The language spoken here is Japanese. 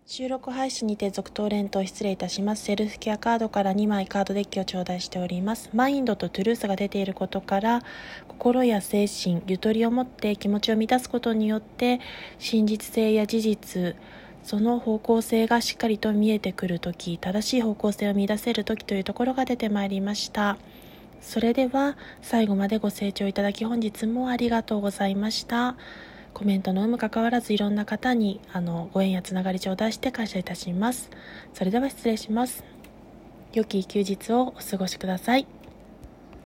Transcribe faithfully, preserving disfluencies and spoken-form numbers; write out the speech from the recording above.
収録配信にて続投連投失礼いたします。セルフケアカードからにまいカードデッキを頂戴しております。マインドとトゥルースが出ていることから、心や精神、ゆとりを持って気持ちを満たすことによって真実性や事実、その方向性がしっかりと見えてくるとき、正しい方向性を見出せるときというところが出てまいりました。それでは最後までご清聴いただき本日もありがとうございました。コメントの有無関わらずいろんな方にあのご縁やつながり頂戴して感謝いたします。それでは失礼します。良き休日をお過ごしください。